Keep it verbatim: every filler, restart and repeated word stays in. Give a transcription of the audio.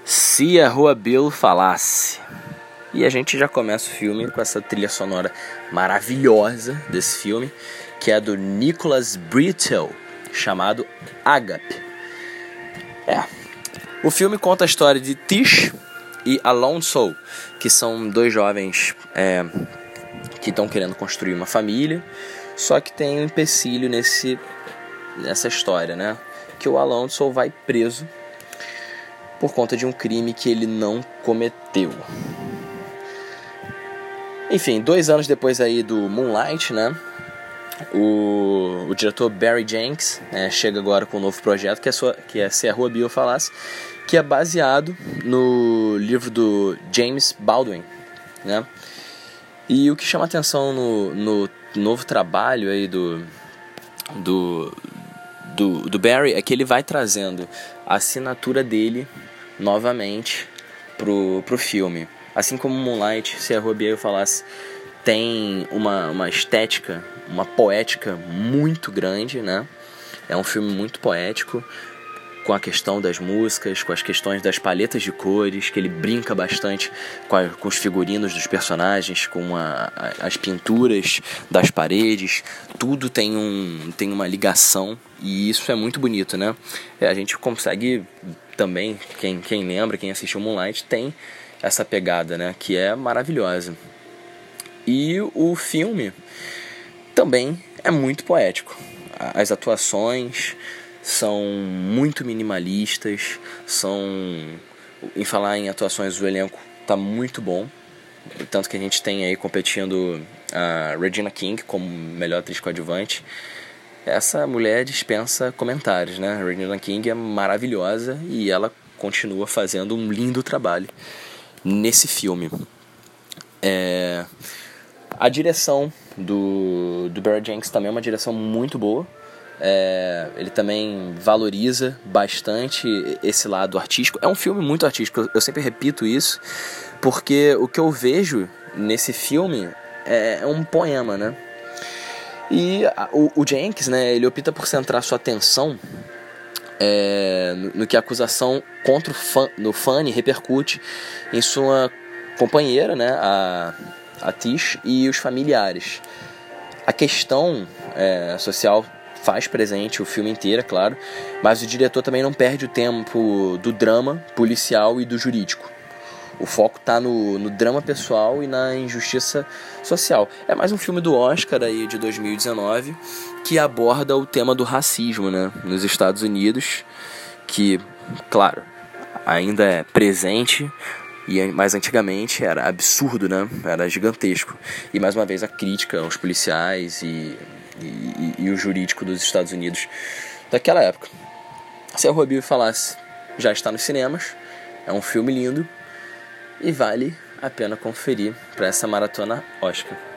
Se a Rua Bill falasse. E a gente já começa o filme com essa trilha sonora maravilhosa desse filme, que é do Nicholas Britell, chamado Agape. É. O filme conta a história de Tish e Alonso, que são dois jovens é, que estão querendo construir uma família, só que tem um empecilho nesse, nessa história, né? Que o Alonso vai preso por conta de um crime que ele não cometeu. Enfim, dois anos depois aí do Moonlight, né? O, o diretor Barry Jenkins é, chega agora com um novo projeto, que é, sua, que é Se a Rua Bill Falasse, que é baseado no livro do James Baldwin, né? E o que chama atenção no, no novo trabalho aí do, do, do, do Barry é que ele vai trazendo a assinatura dele novamente pro, pro filme. Assim como Moonlight, Se a Rua Bill Falasse, tem uma, uma estética, uma poética muito grande, né? É um filme muito poético, com a questão das músicas, com as questões das paletas de cores, que ele brinca bastante com, a, com os figurinos dos personagens, com a, a, as pinturas das paredes. Tudo tem, um, tem uma ligação, e isso é muito bonito, né? É, a gente consegue também, quem, quem lembra, quem assistiu Moonlight, tem essa pegada, né? Que é maravilhosa. E o filme também é muito poético. As atuações são muito minimalistas, são... Em falar em atuações, o elenco tá muito bom. Tanto que a gente tem aí competindo a Regina King como melhor atriz coadjuvante. Essa mulher dispensa comentários, né? A Regina King é maravilhosa e ela continua fazendo um lindo trabalho nesse filme. É... A direção do, do Barry Jenkins também é uma direção muito boa. É, ele também valoriza bastante esse lado artístico. É um filme muito artístico, eu sempre repito isso, porque o que eu vejo nesse filme é um poema, né? E a, o, o Jenkins, né, ele opta por centrar sua atenção é, no, no que a acusação contra o fã, no Fanny repercute em sua companheira, né, a, a Tish, e os familiares. A questão é, social faz presente o filme inteiro, é claro, mas o diretor também não perde o tempo do drama policial e do jurídico. O foco está no, no drama pessoal e na injustiça social. É mais um filme do Oscar aí de dois mil e dezenove que aborda o tema do racismo, né, nos Estados Unidos, que, claro, ainda é presente, e mais antigamente era absurdo, né? Era gigantesco. E mais uma vez a crítica aos policiais e, e, e o jurídico dos Estados Unidos daquela época. Se a Rua Bill Falasse já está nos cinemas, é um filme lindo e vale a pena conferir para essa maratona Oscar.